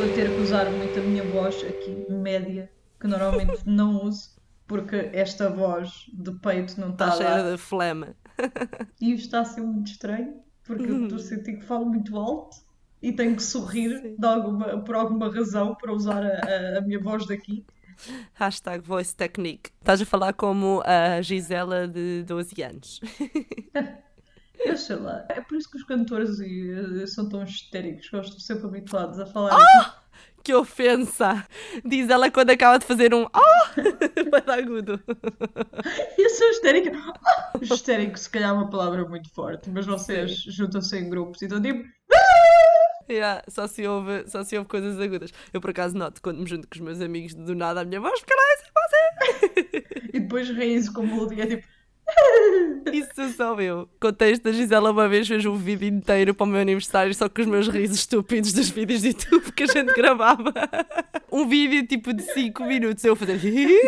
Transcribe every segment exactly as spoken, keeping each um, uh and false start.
estou a ter que usar muito a minha voz aqui, média, que normalmente não uso, porque esta voz de peito não Está está a cheira dar. de flema. E isto está a ser muito estranho, porque eu estou a sentir que falo muito alto e tenho que sorrir Sim. de alguma, por alguma razão para usar a, a- a minha voz daqui. Hashtag voice technique. Estás a falar como a Gisela de doze anos. Eu sei lá, é por isso que os cantores e, eh, são tão histéricos, que eles estão sempre habituados a falar assim. Que ofensa! Diz ela quando acaba de fazer um oh! Vai dar agudo. Eu sou histérica. Ah! Histérico, se calhar é uma palavra muito forte, mas vocês Sim. juntam-se em grupos e estão tipo. Yeah, só, se ouve, só se ouve coisas agudas. Eu por acaso noto quando me junto com os meus amigos do nada a minha voz, caralho, E depoos riem-se com melodia, tipo. isso sou eu. Contei-te da Gisela uma vez, fez um vídeo inteiro para o meu aniversário só com os meus risos estúpidos dos vídeos de YouTube que a gente gravava. Um vídeo tipo de cinco minutos, eu a fazer.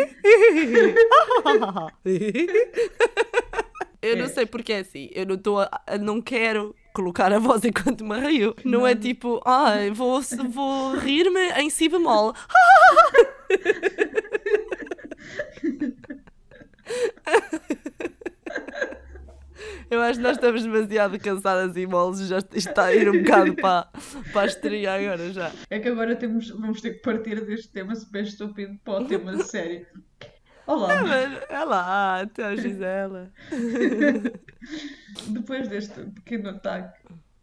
Eu não É. sei porque é assim, eu não estou a, a- não quero colocar a voz enquanto me rio. Não é Nada. tipo, ai, vou, vou rir-me em si bemol. Eu acho que nós estamos demasiado cansadas e moles e já está a ir um bocado para, para a estreia agora já. É que agora temos, vamos ter que partir deste tema super estúpido para o tema sério. Olá, Ah, mas, é lá, até a Gisela. depois deste pequeno ataque,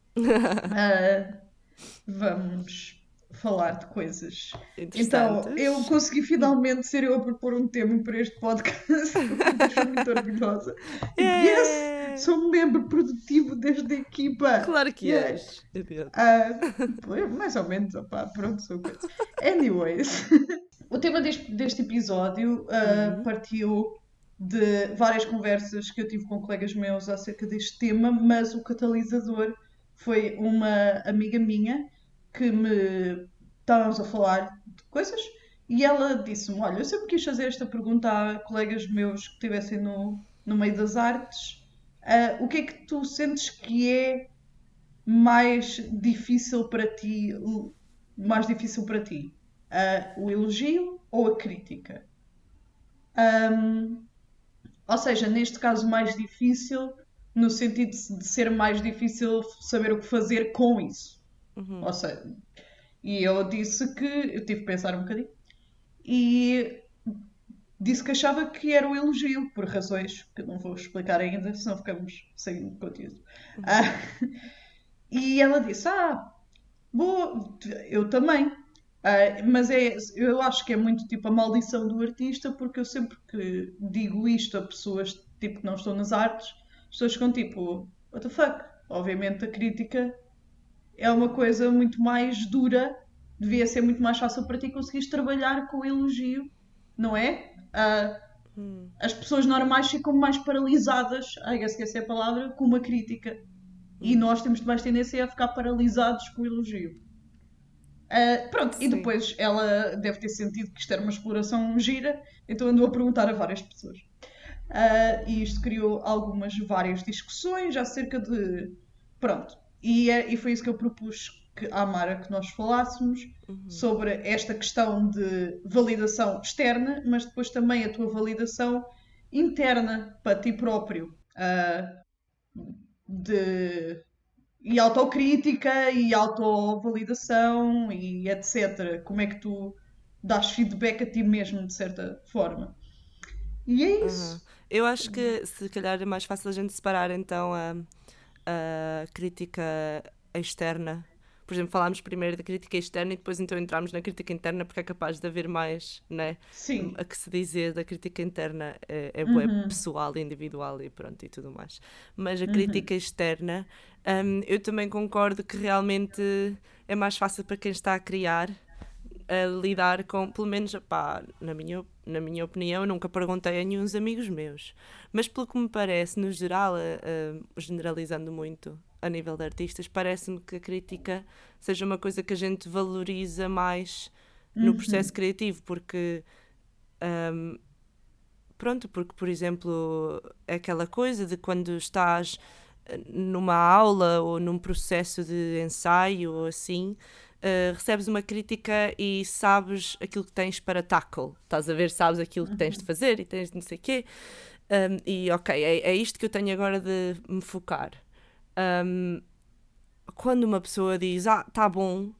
ah, vamos falar de coisas. Então, eu Interessantes. consegui finalmente ser eu a propor um tema para este podcast, o que me deixou muito orgulhosa. Tipo, yes! É, Sou um membro produtivo desta equipa! claro que Yes! és. Idiota. Ah, pois, mais ou menos, opá, pronto, sou coisa. Anyways, o tema deste, deste episódio ah, Uhum. partiu de várias conversas que eu tive com colegas meus acerca deste tema, mas o catalisador foi uma amiga minha que me estávamos a falar de coisas e ela disse-me: Olha, eu sempre quis fazer esta pergunta a colegas meus que estivessem no, no meio das artes. Ah, o que é que tu sentes que é mais difícil para ti, mais difícil para ti? Ah, o elogio ou a crítica? Ahm, ou seja, neste caso mais difícil, no sentido de ser mais difícil saber o que fazer com isso. Ou Uhum. seja, e eu disse que eu tive que pensar um bocadinho e disse que achava que era o elogio, por razões que eu não vou explicar ainda, senão ficamos sem conteúdo. Ah, Uhum. e ela disse: Ah, boa, eu também. Ah, mas é, eu acho que é muito tipo a maldição do artista, porque eu sempre que digo isto a pessoas tipo, que não estão nas artes, as pessoas ficam tipo, what the fuck? Obviamente a crítica é uma coisa muito mais dura, devia ser muito mais fácil para ti conseguires trabalhar com o elogio, não é? Ah, Uhum. as pessoas normais ficam mais paralisadas, I guess que essa é a palavra, com uma crítica. E Uhum. nós temos mais tendência a ficar paralisados com o elogio. Ah, pronto, e Sim. depois ela deve ter sentido que isto era uma exploração gira, então andou a perguntar a várias pessoas. Ah, e isto criou algumas várias discussões acerca de. Pronto, e, é- e foi isso que eu propus que, à Mara que nós falássemos Uhum. sobre esta questão de validação externa, mas depois também a tua validação interna para ti próprio. Ah, de e autocrítica e autovalidação e etcétera. Como é que tu dás feedback a ti mesmo, de certa forma. E é Uhum. isso. Eu acho que se calhar é mais fácil a gente separar então a, a crítica externa. Por exemplo, falámos primeiro da crítica externa e depois então entramos na crítica interna porque é capaz de haver mais, né? A Sim. que se dizer da crítica interna é, é bué Uhum. pessoal, individual e pronto e tudo mais. Mas a Uhum. crítica externa, hum, eu também concordo que realmente é mais fácil para quem está a criar a lidar com, pelo menos, pá, na minha, na minha opinião, eu nunca perguntei a nenhum dos amigos meus, mas pelo que me parece, no geral, uh, generalizando muito a nível de artistas, parece-me que a crítica seja uma coisa que a gente valoriza mais no processo Uhum. criativo, porque um, pronto, porque por exemplo é aquela coisa de quando estás numa aula ou num processo de ensaio ou assim, uh, recebes uma crítica e sabes aquilo que tens para tackle. Estás a ver, sabes aquilo que tens de fazer e tens de não sei o quê. Um, e ok, é, é isto que eu tenho agora de me focar. Um, quando uma pessoa diz, ah, tá bom,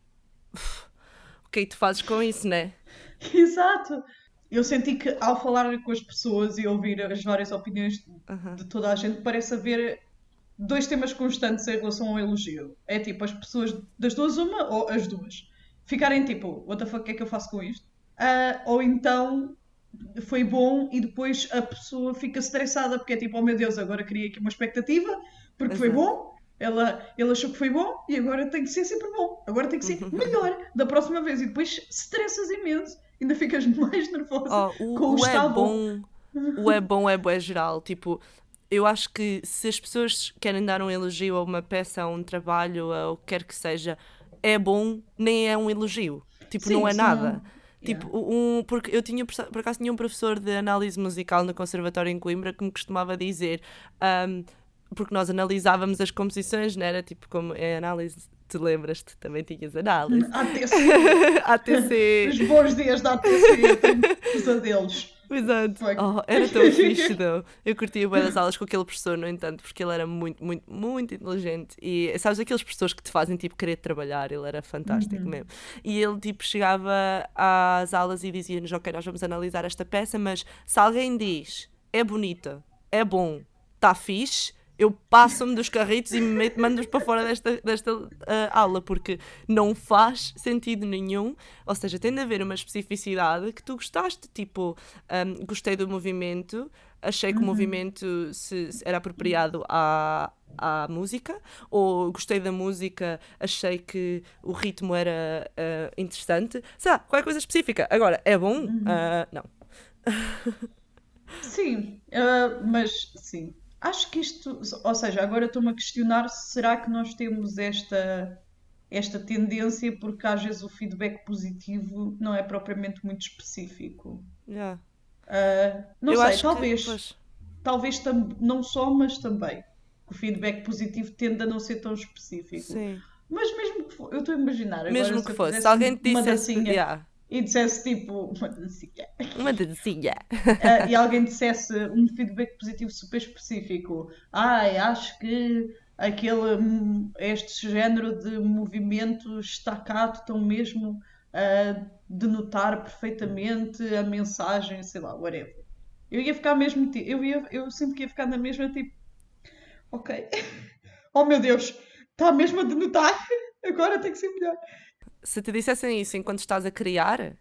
o que é que tu fazes com isso, né? Exato. Eu senti que ao falar com as pessoas e ouvir as várias opiniões Uhum. de toda a gente, parece haver dois temas constantes em relação ao elogio. É tipo, as pessoas das duas, uma ou as duas, ficarem tipo, what the fuck, o que é que eu faço com isto? Ah, ou então, foi bom e depois a pessoa fica estressada porque é tipo, oh meu Deus, agora criei aqui uma expectativa porque foi Exato. bom, ela, ele achou que foi bom e agora tem que ser sempre bom, agora tem que ser melhor da próxima vez e depois estressas imenso, ainda ficas mais nervosa Oh, o, com o o é está bom. bom, o é bom é bué geral. Tipo, eu acho que se as pessoas querem dar um elogio a uma peça, a um trabalho, a o que quer que seja, é bom, nem é um elogio. Tipo, não Sim, é se nada. não... Tipo, Yeah. um, porque eu tinha, por acaso tinha um professor de análise musical no Conservatório em Coimbra que me costumava dizer, um, porque nós analisávamos as composições, não era tipo como é análise, te lembras-te, também tinhas análise. A T C. A T C. Os bons dias da A T C, eu tenho pesadelos. Exato. Fuck. Oh, era tão fixe, though. Eu curtia bem das aulas com aquele professor, no entanto, porque ele era muito, muito, muito inteligente. E sabes aqueles professores que te fazem tipo querer trabalhar? Ele era fantástico mesmo. E ele tipo chegava às aulas e dizia-nos: ok, nós vamos analisar esta peça, mas se alguém diz é bonita, é bom, está fixe, eu passo-me dos carritos e me meto, mando-os para fora desta, desta uh, aula, porque não faz sentido nenhum. Ou seja, tem de haver uma especificidade que tu gostaste. Tipo, um, gostei do movimento, achei que o movimento se, se era apropriado à, à música, ou gostei da música, achei que o ritmo era uh, interessante. Sei lá, qualquer coisa específica. Agora, é bom? Uh, não. Sim, ah, mas sim. Acho que isto, ou seja, agora estou-me a questionar, será que nós temos esta, esta tendência porque às vezes o feedback positivo não é propriamente muito específico. Yeah. Ah, não Eu sei, acho que, talvez, pois, talvez tam, não só, mas também. O feedback positivo tende a não ser tão específico. sim. Mas mesmo que for, eu estou a imaginar, agora Mesmo se que eu fosse. Se fizesse alguém te uma dissesse. dancinha Yeah, e dissesse tipo, uma dancinha, uma dancinha. ah, e alguém dissesse um feedback positivo super específico, ai, acho que aquele, hum, este género de movimentos staccato estão mesmo a denotar perfeitamente a mensagem, sei lá, whatever. Eu ia ficar mesmo, ti- eu, ia, eu sinto que ia ficar na mesma, tipo, ok, oh meu Deus, está mesmo a denotar, agora tem que ser melhor. Se te dissessem isso enquanto estás a criar,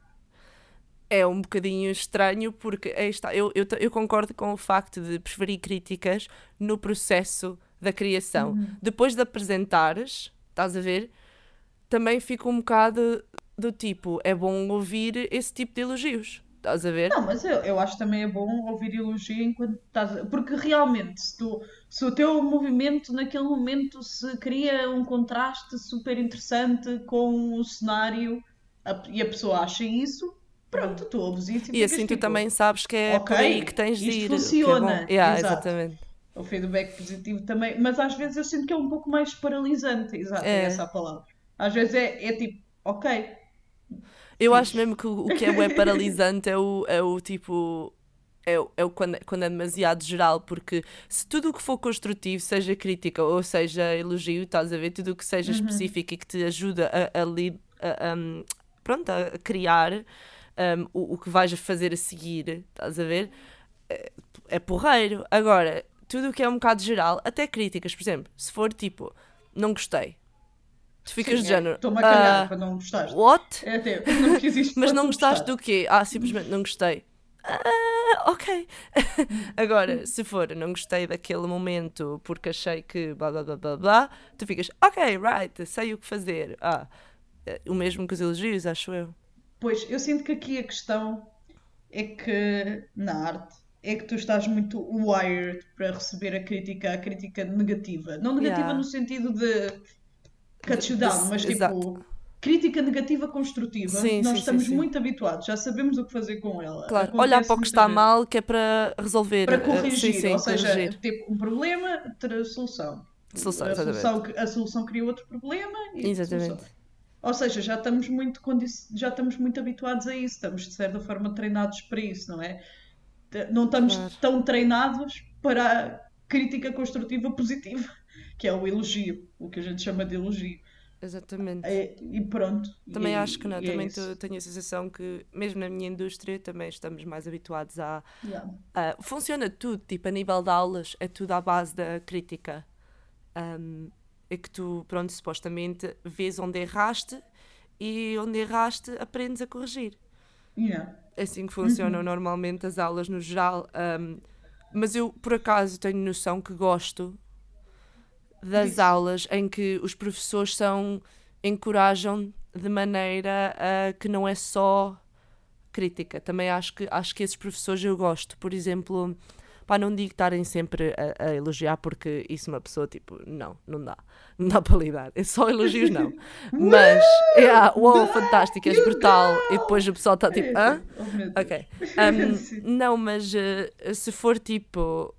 é um bocadinho estranho, porque aí está, eu, eu, eu concordo com o facto de preferir críticas no processo da criação. Depois de apresentares, estás a ver, também fica um bocado do tipo, é bom ouvir esse tipo de elogios. Estás a ver? Não, mas eu, eu acho que também é bom ouvir elogio enquanto estás. a- Porque realmente, se, tu, se o teu movimento naquele momento se cria um contraste super interessante com o cenário a- e a pessoa acha isso, pronto, tu ouves isso e E ficas assim tu tipo, também sabes que é por aí que ok, tens de isto ir, o que é bom. funciona, Yeah, exato. exatamente. O feedback positivo também, mas às vezes eu sinto que é um pouco mais paralisante, exato, é essa É. a palavra. Às vezes é, é tipo, ok, Eu acho fixe. mesmo que o, o que é bué paralisante é o, é o tipo. É, o- é o quando, quando é demasiado geral, porque se tudo o que for construtivo, seja crítica ou seja elogio, estás a ver, tudo o que seja específico e que te ajuda a, a, li- a- a- pronto, a criar um, o, o que vais a fazer a seguir, estás a ver, é, é porreiro. Agora, tudo o que é um bocado geral, até críticas, por exemplo, se for tipo, não gostei, tu ficas Sim, de é, género, estou-me a cagar ah, para não gostaste. what? É até, não fiz isto Mas para não tu gostaste do gostares. quê? Ah, simplesmente não gostei. Ah, ok. Agora, se for, não gostei daquele momento porque achei que blá blá blá blá blá, tu ficas, ok, right, sei o que fazer. Ah, eh, o mesmo que os elogios, acho eu. Pois, eu sinto que aqui a questão é que na arte é que tu estás muito wired para receber a crítica, a crítica negativa. Não negativa no Yeah. sentido de De- cut you de- down, mas exato. tipo crítica negativa construtiva. Sim, Nós sim, sim, estamos sim. muito habituados, já sabemos o que fazer com ela. Claro. Olhar para Acontece o que muitas está vezes. mal, que é para resolver. Para eh, sim, corrigir, ou sim, seja, corrigir. ter um problema, ter a solução. Solução, A exatamente. solução, a solução cria outro problema e Exatamente. solução. Ou seja, já estamos muito, condi- já estamos muito habituados a isso, estamos de certa forma treinados para isso, não é? Não estamos Claro, tão treinados para a crítica construtiva positiva, que é o elogio, o que a gente chama de elogio. exatamente. É- e pronto, e é, Também acho que não, e é também tô- isso. tenho a sensação que, mesmo na minha indústria, também estamos mais habituados a. Yeah. a- funciona tudo, tipo, a nível de aulas, é tudo à base da crítica. Um, é que tu, pronto, supostamente vês onde erraste e onde erraste aprendes a corrigir. Yeah. É assim que funcionam Uhum. normalmente as aulas no geral. Um, mas eu, por acaso, tenho noção que gosto das Disso. aulas em que os professores são, encorajam de maneira a que não é só crítica. Também acho que, acho que esses professores eu gosto. Por exemplo, pá, não digo estarem sempre a, a elogiar, porque isso uma pessoa, tipo, não, não dá. Não dá para lidar. É só elogios, não. Mas, yeah, uau, fantástico, és You brutal. E girl! depois o pessoal está tipo, É hã? assim, oh meu Ok. Deus. Um, Sim. não, mas uh, se for tipo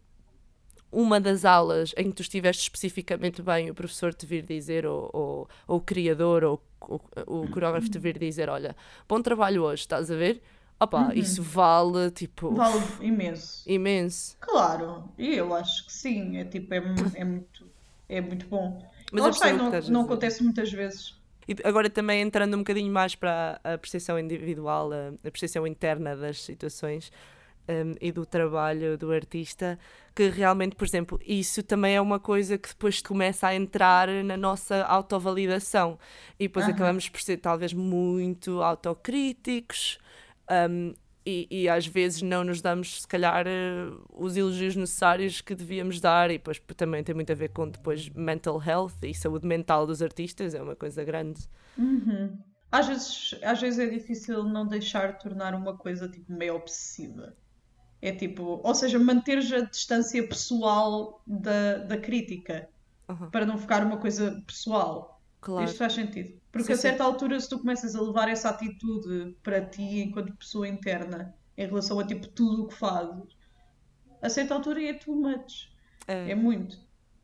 uma das aulas em que tu estiveste especificamente bem, o professor te vir dizer, ou, ou, ou o criador, ou o, o coreógrafo te vir dizer, olha, bom trabalho hoje, estás a ver? Opa, isso Uhum. vale, tipo, Vale uf, imenso. imenso. Claro, e eu acho que sim, é tipo, é, é muito, é muito bom. Mas Lá eu está, e percebo o que não, estás a não dizer. acontece muitas vezes. E agora também entrando um bocadinho mais para a percepção individual, a, a percepção interna das situações, um, e do trabalho do artista, que realmente, por exemplo, isso também é uma coisa que depois começa a entrar na nossa autovalidação e depois Aham. acabamos por ser talvez muito autocríticos, um, e, e às vezes não nos damos, se calhar, eh, os elogios necessários que devíamos dar, e depois também tem muito a ver com depois mental health e saúde mental dos artistas, é uma coisa grande. Uhum. Às vezes, às vezes é difícil não deixar de tornar uma coisa tipo meio obsessiva. É tipo, ou seja, manteres a distância pessoal da, da crítica, Uhum. para não ficar uma coisa pessoal. Claro. Isto faz sentido. Porque Sim, a sim. certa altura, se tu começas a levar essa atitude para ti enquanto pessoa interna, em relação a tipo tudo o que fazes, a certa altura é too much. É É. muito.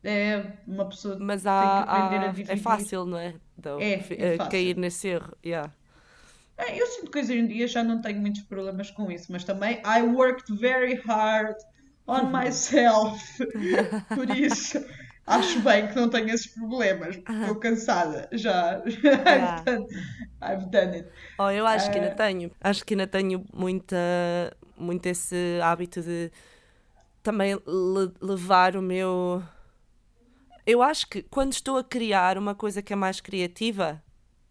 É uma pessoa Mas tem que aprender a há, há- é dividir. fácil, não é? Though, É, fi- é eh, cair fácil. nesse erro. Yeah. É, eu sinto que hoje em dia já não tenho muitos problemas com isso, mas também I worked very hard on myself. Por isso, acho bem que não tenho esses problemas. Estou cansada. Já. I've Yeah. done, I've done it. Oh, eu acho que ainda Ah, tenho. Acho que ainda tenho muita, muito esse hábito de também le- levar o meu. Eu acho que quando estou a criar uma coisa que é mais criativa,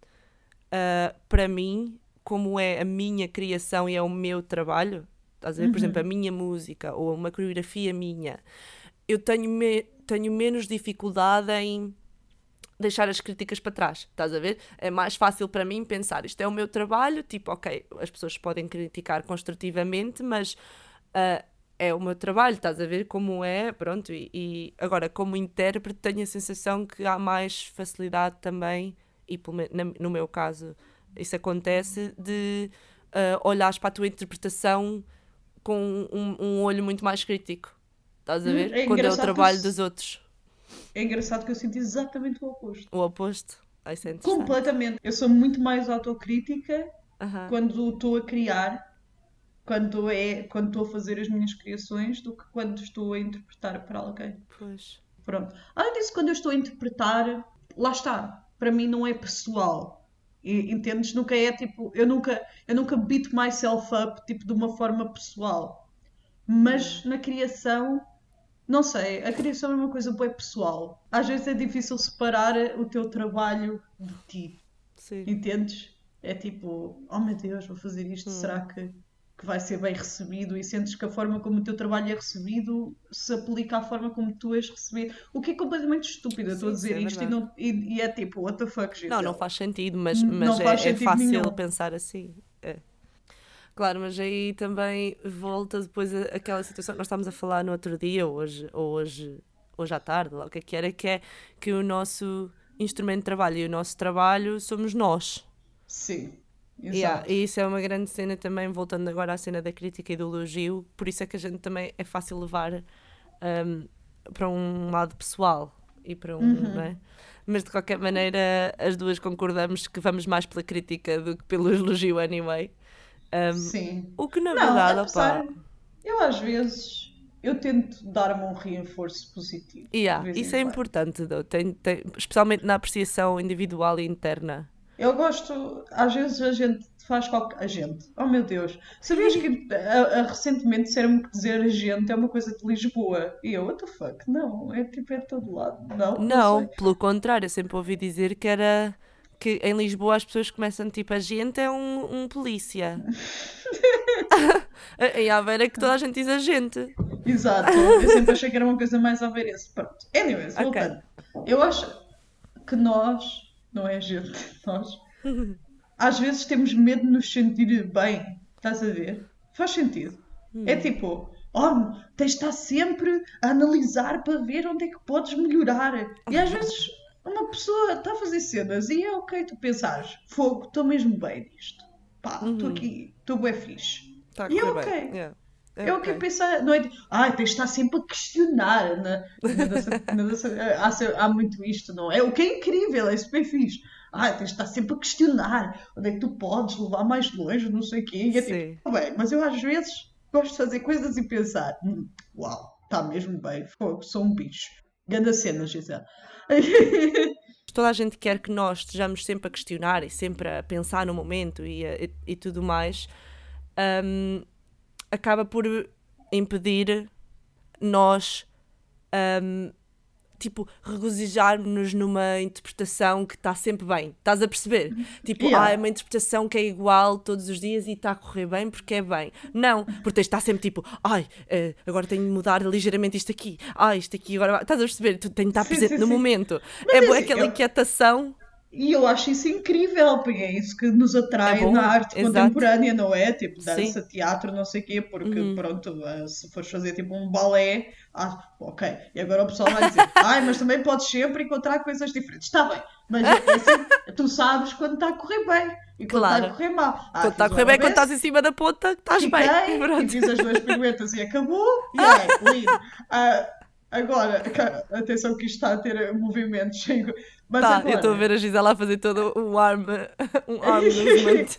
ah, para mim, como é a minha criação e é o meu trabalho, estás a ver? Por exemplo, a uhum. minha música ou uma coreografia minha, eu tenho, me- tenho menos dificuldade em deixar as críticas para trás, estás a ver? É mais fácil para mim pensar, isto é o meu trabalho, tipo, ok, as pessoas podem criticar construtivamente, mas ah, é o meu trabalho, estás a ver como é, pronto, e, e agora como intérprete tenho a sensação que há mais facilidade também, e pelo men- na- no meu caso isso acontece, de ah, olhares para a tua interpretação com um, um olho muito mais crítico, estás a Hum, ver? É Quando é o engraçado que eu, trabalho dos outros, é engraçado que eu sinto exatamente o oposto. o oposto, ah, isso é interessante. Completamente. Eu sou muito mais autocrítica Aham. quando estou a criar, quando é, quando estou a fazer as minhas criações, do que quando estou a interpretar para alguém. Pois. Pronto. Além disso, quando eu estou a interpretar, lá está. Para mim não é pessoal. E, entendes? Nunca é tipo. Eu nunca, eu nunca beat myself up tipo, de uma forma pessoal. Yeah. Mas na criação, não sei. A criação é uma coisa bem pessoal. Às vezes é difícil separar o teu trabalho de ti. Sim. Entendes? É tipo, oh meu Deus, vou fazer isto, Hum. será que, que vai ser bem recebido? E sentes que a forma como o teu trabalho é recebido se aplica à forma como tu és recebido. O que é completamente estúpido, eu estou a Sim, isso dizer é isto e, verdade. não, e, e é tipo, what the fuck, Não, não Gisele? faz sentido, mas, N- mas Não faz é, é sentido fácil nenhum. pensar assim. É. Claro, mas aí também volta depois a- aquela situação que nós estávamos a falar no outro dia, ou hoje, ou hoje, hoje à tarde, lá o que é que era, que é que o nosso instrumento de trabalho e o nosso trabalho somos nós. Sim, Yeah, exato. e isso é uma grande cena também, voltando agora à cena da crítica e do elogio, por isso é que a gente também é fácil levar um, para um lado pessoal. ir para um, Uhum. não é? Mas de qualquer maneira, as duas concordamos que vamos mais pela crítica do que pelo elogio anyway. Um, Sim. o que na Não, verdade, apesar, opá, eu às vezes, eu tento dar-me um reforço positivo, de yeah, vez em isso é quando. importante, though. Tem, tem, especialmente na apreciação individual e interna. Eu gosto, às vezes a gente faz qualquer. A gente, oh meu Deus, sabias que a, a- recentemente disseram-me que dizer a gente é uma coisa de Lisboa? E eu, what the fuck? Não, é tipo, é de todo lado. Não, não Não, sei. pelo contrário, eu sempre ouvi dizer que era que em Lisboa as pessoas começam tipo, a gente é um, um polícia. Em Aveiro é que toda a gente diz a gente. Exato, eu sempre achei que era uma coisa mais averense. Pronto. Anyways, Ok. voltando. Eu acho que nós, não é a gente, nós, às vezes temos medo de nos sentir bem. Estás a ver? Faz sentido. É tipo, oh, tens de estar sempre a analisar para ver onde é que podes melhorar. E às vezes uma pessoa está a fazer cenas e é ok tu pensares, fogo, estou mesmo bem nisto. Pá, estou aqui, estou bem fixe. Está a E é correr bem. ok. Yeah. É É o que ok. pensar, não é de, ah, tens de estar sempre a questionar. Na, na dança, na dança, há, se- há muito isto, não é? O que é incrível, é super fixe. Ah, tens de estar sempre a questionar onde é que tu podes levar mais longe, não sei o quê. E é tipo, Sim. "Tá bem, mas eu às vezes gosto de fazer coisas e pensar, "Hum, uau, está mesmo bem, fogo, sou um bicho. Ganda cena, Gisele." Toda a gente quer que nós estejamos sempre a questionar e sempre a pensar no momento e, a- e, e tudo mais. Hum, acaba por impedir nós, hum, tipo, regozijarmos-nos numa interpretação que está sempre bem. Estás a perceber? Tipo, ah, é Yeah. uma interpretação que é igual todos os dias e está a correr bem porque é bem. Não, porque tens de estar sempre tipo, ai, eh, agora tenho de mudar ligeiramente isto aqui. Ai, isto aqui agora... vai-" Estás a perceber? Tu tens de estar Sim, presente sim, no sim. momento. Mas É é boa assim, aquela eu, inquietação. E eu acho isso incrível, porque é isso que nos É atrai na bom, arte exato. contemporânea, não é? Tipo, Sim. dança, teatro, não sei o quê, porque, Uhum. pronto, eh, se fores fazer tipo um balé, ah, ok, e agora o pessoal vai dizer, ai, mas também podes sempre encontrar coisas diferentes. Está bem, mas é, é assim, tu sabes quando está a correr bem e quando está a Claro. correr mal. Ah, Quando está a fiz o correr bem, quando estás em arabesque, cima da ponta, estás bem. fiquei e Pronto. fiz as duas piruetas e acabou, e aí, lindo. Ah, agora, ca- atenção que isto está a ter movimentos, mas Tá, eu estou a agora... ver a Gisela a fazer todo um arm, um arm movement.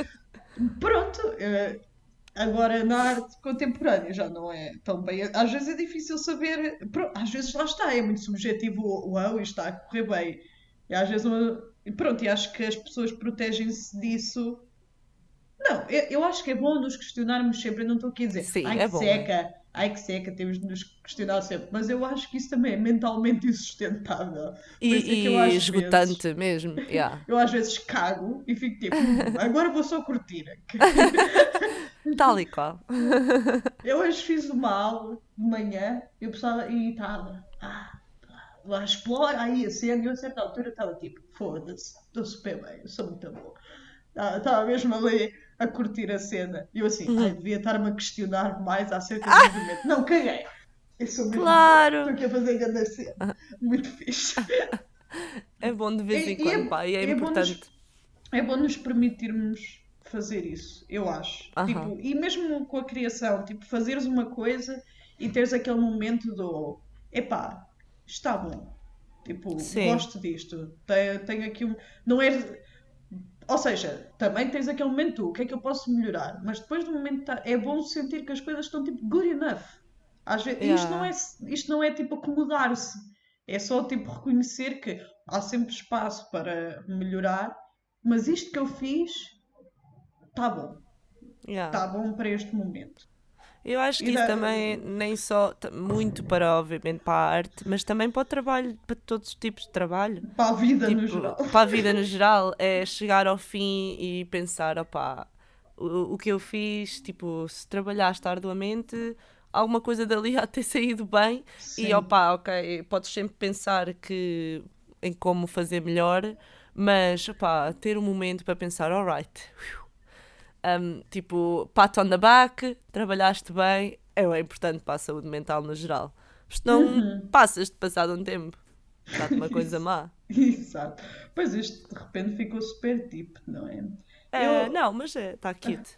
Pronto, eh, agora na arte contemporânea já não é tão bem. Às vezes é difícil saber. Pronto, às vezes lá está, é muito subjetivo. Uau, isto está a correr bem. E às vezes uma. e Pronto, e acho que as pessoas protegem-se disso. Não, eu, eu acho que é bom nos questionarmos sempre. Eu não estou aqui a dizer, Sim, ai é que bom, é. seca, ai que seca, temos de nos questionar sempre. Mas eu acho que isso também é mentalmente insustentável. Por isso é que eu E, e às vezes. esgotante mesmo, yeah. Eu às vezes cago e fico tipo, hum, agora vou só curtir. Tal e qual. Eu hoje fiz uma aula de manhã e o pessoal e estava, ah, lá explora aí a cena. E eu a certa altura estava tipo, foda-se, estou super bem, eu sou muito boa. Estava mesmo ali a curtir a cena. E eu assim, ai, devia estar-me a questionar mais acerca do movimento. Não, caguei. Eu sou mesmo boa. Estou Claro! aqui a fazer grande cena. Muito fixe. É bom de vez em E, e quando, é, pá, e é é bom nos, importante. é bom nos permitirmos fazer isso, eu acho. Aham. Tipo, e mesmo com a criação, tipo, fazeres uma coisa e teres aquele momento do epá, está bom. Tipo, Sim, gosto disto. Tenho, tenho aqui um. Não é. Ou seja, também tens aquele momento, o que é que eu posso melhorar? Mas depois do momento tá- é bom sentir que as coisas estão tipo good enough. Às vezes, e isto não yeah. é, isto não é tipo acomodar-se. É só tipo reconhecer que há sempre espaço para melhorar, mas isto que eu fiz está bom. Yeah. Está bom para este momento. Eu acho E que isso dá, também nem só t- muito para, obviamente, para a arte, mas também para o trabalho, para todos os tipos de trabalho. para a vida no Tipo, geral. para a vida no geral, é chegar ao fim e pensar, opá, o, o que eu fiz, tipo, se trabalhaste arduamente, alguma coisa dali há de ter saído bem e Sim. opá, ok, podes sempre pensar que, em como fazer melhor, mas opá, ter um momento para pensar, alright, um, tipo, pat on the back, trabalhaste bem, é bem importante para a saúde mental no geral. Senão passas de passado um tempo, dá-te uma coisa Isso. má. Exato. Pois isto de repente ficou super deep, não é? É, Eu, não, mas é, está cute.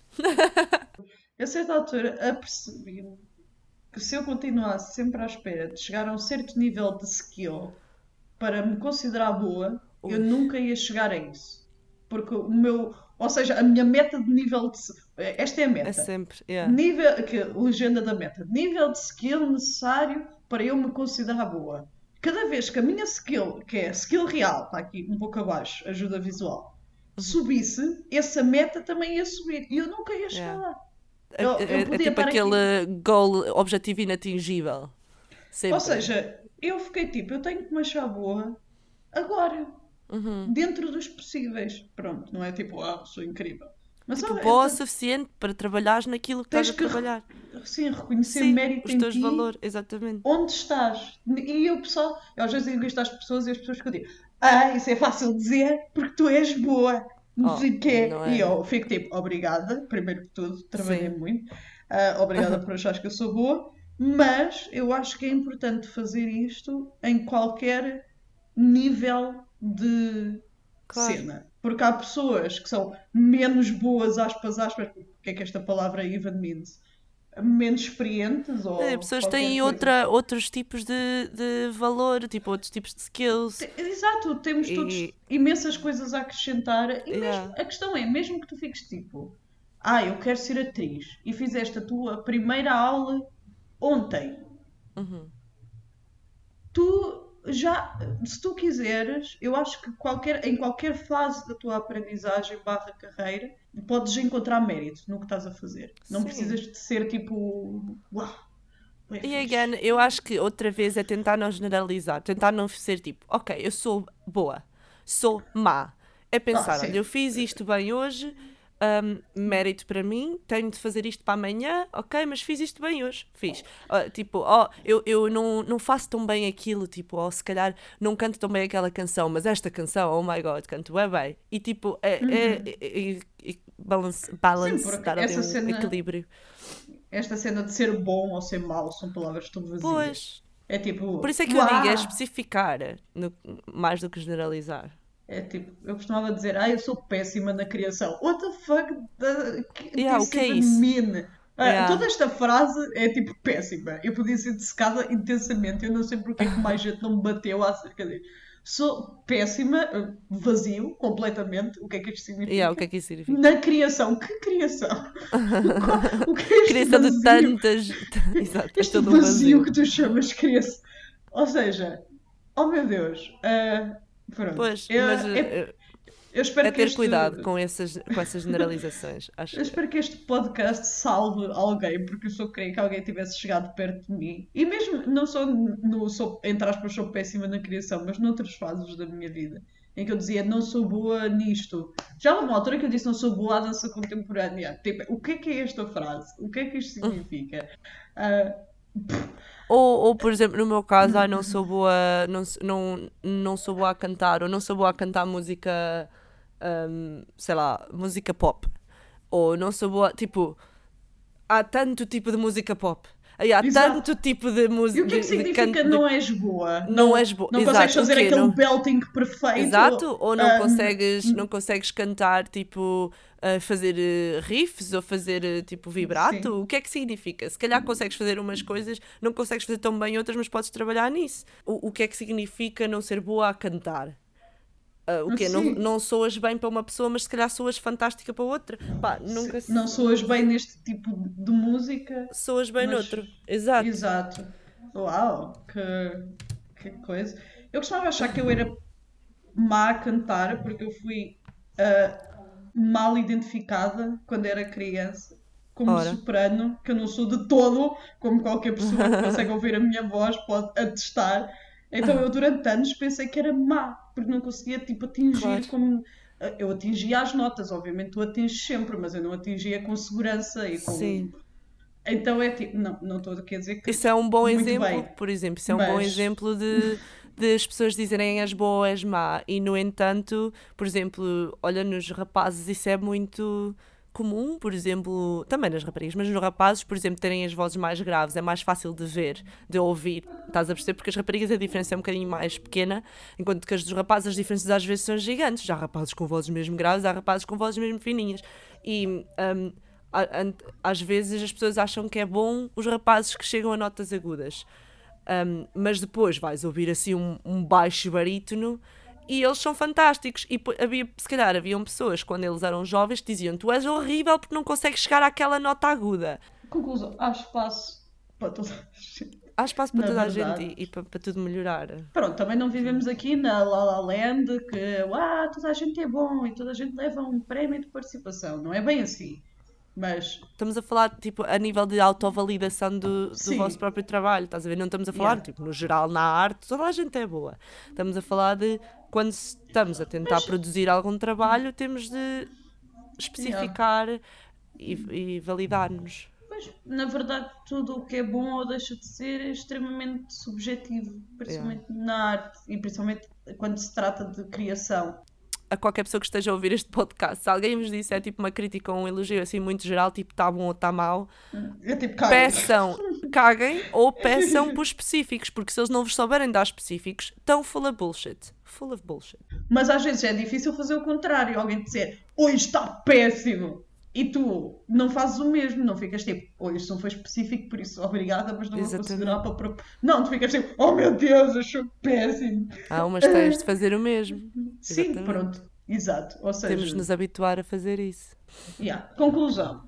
a certa altura, apercebi que se eu continuasse sempre à espera de chegar a um certo nível de skill para me considerar boa, eu Ui. nunca ia chegar a isso. Porque o meu, ou seja, a minha meta de nível de, esta é a É meta. sempre, yeah. Nível, que, legenda da meta, nível de skill necessário para eu me considerar boa. Cada vez que a minha skill, que é skill real, está aqui um pouco abaixo, ajuda visual, subisse, essa meta também ia subir. E eu nunca ia chegar Yeah. lá. É, Eu, é- eu é podia tipo estar aqui. aquele goal, objetivo inatingível. Ou Sempre. seja, eu fiquei tipo, eu tenho que me achar boa agora, Uhum. dentro dos possíveis. Pronto, não é tipo, ah, sou incrível. Mas Tipo, ah, eu boa o te- suficiente para trabalhares naquilo que estás tens a que trabalhar. sim, reconhecer Sim, mérito os em teus ti valores, exatamente. onde estás. E eu, pessoal, eu às vezes digo isto às pessoas e as pessoas que eu digo, ah, isso é fácil de dizer porque tu és boa, não Oh, sei o quê. não E é? eu fico tipo, obrigada, primeiro que tudo, trabalhei Sim, muito, ah, obrigada por achares que eu sou boa, mas eu acho que é importante fazer isto em qualquer nível de claro. cena. Porque há pessoas que são menos boas, aspas, aspas, o que é que esta palavra even means? Menos experientes As ou pessoas qualquer têm coisa. outra, outros tipos de, de valor, tipo, outros tipos de skills. Te- Exato, temos E, todos imensas coisas a acrescentar e mesmo yeah. a questão é, mesmo que tu fiques tipo, ah, eu quero ser atriz e fizeste a tua primeira aula ontem, Uhum. tu já, se tu quiseres, eu acho que qualquer, em qualquer fase da tua aprendizagem barra carreira, podes encontrar mérito no que estás a fazer. Não precisas Sim. de ser tipo, uau, é E fixe. again, eu acho que outra vez é tentar não generalizar, tentar não ser tipo, ok, eu sou boa, sou má. É Ah, pensar, olha, sim. eu fiz isto bem hoje, hum, mérito para mim, tenho de fazer isto para amanhã, ok, mas fiz isto bem hoje, fiz. Ah, tipo, ó, eu, eu não, não faço tão bem aquilo, tipo, ó, se calhar não canto tão bem aquela canção, mas esta canção, oh my god, canto é bem. E tipo, é, é, é, é- é balance, Sim, balance, porque dar ali essa um cena, equilíbrio. esta cena de ser bom ou ser mau são palavras tão vazias. Pois. É Por tipo, isso é que eu digo, é uau! especificar no- mais do que generalizar. É tipo, eu costumava dizer, ah, eu sou péssima na criação. What the fuck does Yeah, o this que é even isso? mean? Ah, toda Yeah. esta frase é tipo péssima. Eu podia ser dissecada intensamente. Eu não sei porque é que mais gente não me bateu acerca disso. Sou péssima, ah, vazio, completamente. O que é que isto Yeah, o que significa? é que isso significa? Na criação. Que criação? O que é este Criação de vazio? tantas. Exato, é Este todo um vazio vazio. que tu chamas criação. Ou seja, oh meu Deus. ah, pronto. Pois, Eu, mas é- eh, eu é espero que ter este. cuidado com essas, com essas generalizações, Eu acho eu. espero que este podcast salve alguém, porque eu só queria que alguém tivesse chegado perto de mim. E mesmo, não sou, no, sou entre aspas, sou péssima na criação, mas noutras fases da minha vida, em que eu dizia, não sou boa nisto. Já houve uma altura que eu disse, não sou boa à dança contemporânea. Tipo, o que é que é esta frase? O que é que isto significa? Ah, Ou, ou, por exemplo, no meu caso, ai, não sou boa, não, s- não, não sou boa a cantar, ou não sou boa a cantar música, hum, sei lá, música pop. Ou não sou boa, tipo, há tanto tipo de música pop. Aí há exato. tanto tipo de E música o que é de, que de canto significa de não és boa? não Não, és boa. não consegues Exato, o fazer quê? aquele Não, belting perfeito? exato, ou não Ah, consegues, não consegues cantar tipo a fazer eh, riffs ou fazer eh, tipo sim. vibrato? O que é que significa? Se calhar consegues fazer umas coisas, não consegues fazer tão bem outras, mas podes trabalhar nisso. O, o que é que significa não ser boa a cantar? Ah, o quê? Não, Sim. não soas bem para uma pessoa, mas se calhar soas fantástica para outra. Pá, nunca Se- se- não soas bem neste tipo de música, soas bem mas noutro. Exato. exato. Uau, que, que coisa. Eu costumava achar que eu era má a cantar porque eu fui ah, mal identificada quando era criança como Ora. soprano, que eu não sou de todo, como qualquer pessoa que consegue ouvir a minha voz pode atestar. Então eu durante anos pensei que era má, porque não conseguia tipo Claro. atingir como ah, eu atingia as notas, obviamente tu atinges sempre, mas eu não atingia com segurança e com Sim. então é tipo, não, não estou a querer dizer que Isso é um bom muito exemplo, bem, por exemplo, isso é um bom mas exemplo de, de as pessoas dizerem és boa ou és má. E, no entanto, por exemplo, olha, nos rapazes isso é muito comum, por exemplo, também nas raparigas, mas nos rapazes, por exemplo, terem as vozes mais graves, é mais fácil de ver, de ouvir, estás a perceber? Porque as raparigas a diferença é um bocadinho mais pequena, enquanto que as dos rapazes as diferenças às vezes são gigantes. Já há rapazes com vozes mesmo graves, há rapazes com vozes mesmo fininhas. E hum, a- an- às vezes as pessoas acham que é bom os rapazes que chegam a notas agudas. Um, mas depois vais ouvir assim um, um baixo barítono e eles são fantásticos. E havia, se calhar haviam pessoas quando eles eram jovens que diziam: tu és horrível porque não consegues chegar àquela nota aguda. Conclusão, há espaço para toda a gente. Há espaço para Na toda verdade. a gente e, e para, para tudo melhorar. Pronto, também não vivemos aqui na La La Land que ah, toda a gente é bom e toda a gente leva um prémio de participação. Não é bem assim. Mas, Estamos a falar tipo, a nível de autovalidação do, do sim, vosso próprio trabalho, estás a ver? Não estamos a falar, yeah. tipo, no geral, na arte, toda a gente é boa. Estamos a falar de quando estamos a tentar Mas, produzir algum trabalho, temos de yeah. especificar e, e validar-nos. Mas, na verdade, tudo o que é bom ou deixa de ser é extremamente subjetivo, Yeah. principalmente na arte e principalmente quando se trata de criação. A qualquer pessoa que esteja a ouvir este podcast, se alguém vos disser tipo uma crítica ou um elogio assim muito geral, tipo está bom ou está mau, É tipo, caguem. peçam, caguem ou peçam por específicos, porque se eles não vos souberem dar específicos, estão full of bullshit. Full of bullshit. Mas às vezes é difícil fazer o contrário, alguém dizer, hoje está péssimo, e tu não fazes o mesmo, não ficas tipo, hoje isso não foi específico, por isso obrigada, mas não vou Exatamente. considerar para... pro-" Não, tu ficas tipo, oh meu Deus, achou péssimo. Há umas tens de fazer o mesmo. Sim, Exatamente. pronto, exato, ou seja... Temos de nos habituar a fazer isso. Yeah. Conclusão.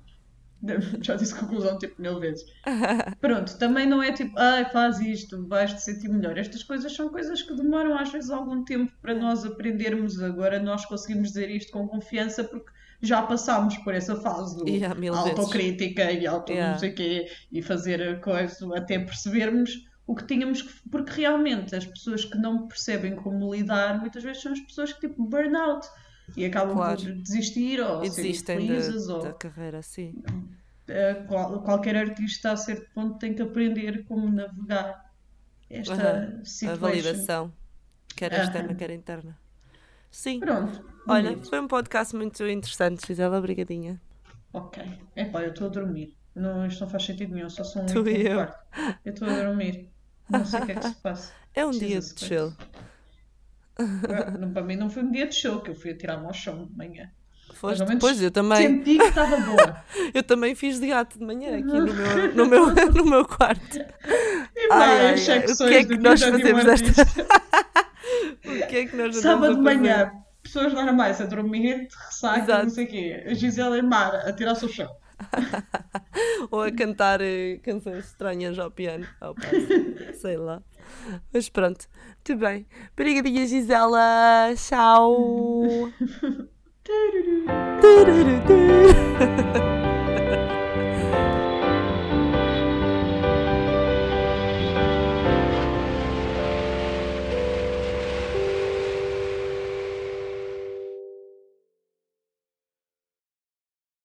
Já disse conclusão tipo mil vezes. Pronto, também não é tipo, ai, faz isto, vais-te sentir melhor. Estas coisas são coisas que demoram às vezes algum tempo para nós aprendermos. Agora nós conseguimos dizer isto com confiança porque já passámos por essa fase do Yeah, mil vezes. autocrítica e auto Yeah. não sei quê, e fazer a coisa até percebermos o que tínhamos que... Porque realmente as pessoas que não percebem como lidar, muitas vezes são as pessoas que tipo burnout e acabam Claro. por desistir ou E serem desistem infelizes da, ou... da carreira, sim. Uh, qual- qualquer artista a certo ponto tem que aprender como navegar esta Aham. A situation. validação, quer externa, Aham. quer interna. Sim. Pronto, Olha, bonito. foi um podcast muito interessante, Gisela, obrigadinha. Ok. Epá, eu estou a dormir. Não, isto não faz sentido nenhum, só são Tu oito e e um eu. quarto. Eu estou a dormir. Não sei o que é que se passa. É um dia Jesus de Christ. chill. Ah, não, para mim não foi um dia de show, que eu fui atirar-me ao chão de manhã. Mas Foste? ao menos Pois, eu também. senti que estava boa. Eu também fiz de gato de manhã aqui no meu, no meu, no meu quarto. E Ai, vai, ai, as ai, o que secções é do que dia nós de um fazemos desta... artista. O que é que nós andamos Sábado de a fazer? manhã, pessoas normais a dormir, de ressaca, Exato. não sei o quê. A Gisela e Mara a tirar-se ao chão. Ou a cantar eh, canções estranhas ao piano. Ao passo. Sei lá. Mas pronto. Muito bem. Obrigadinha, Gisela. Tchau. Tururu. Tururu.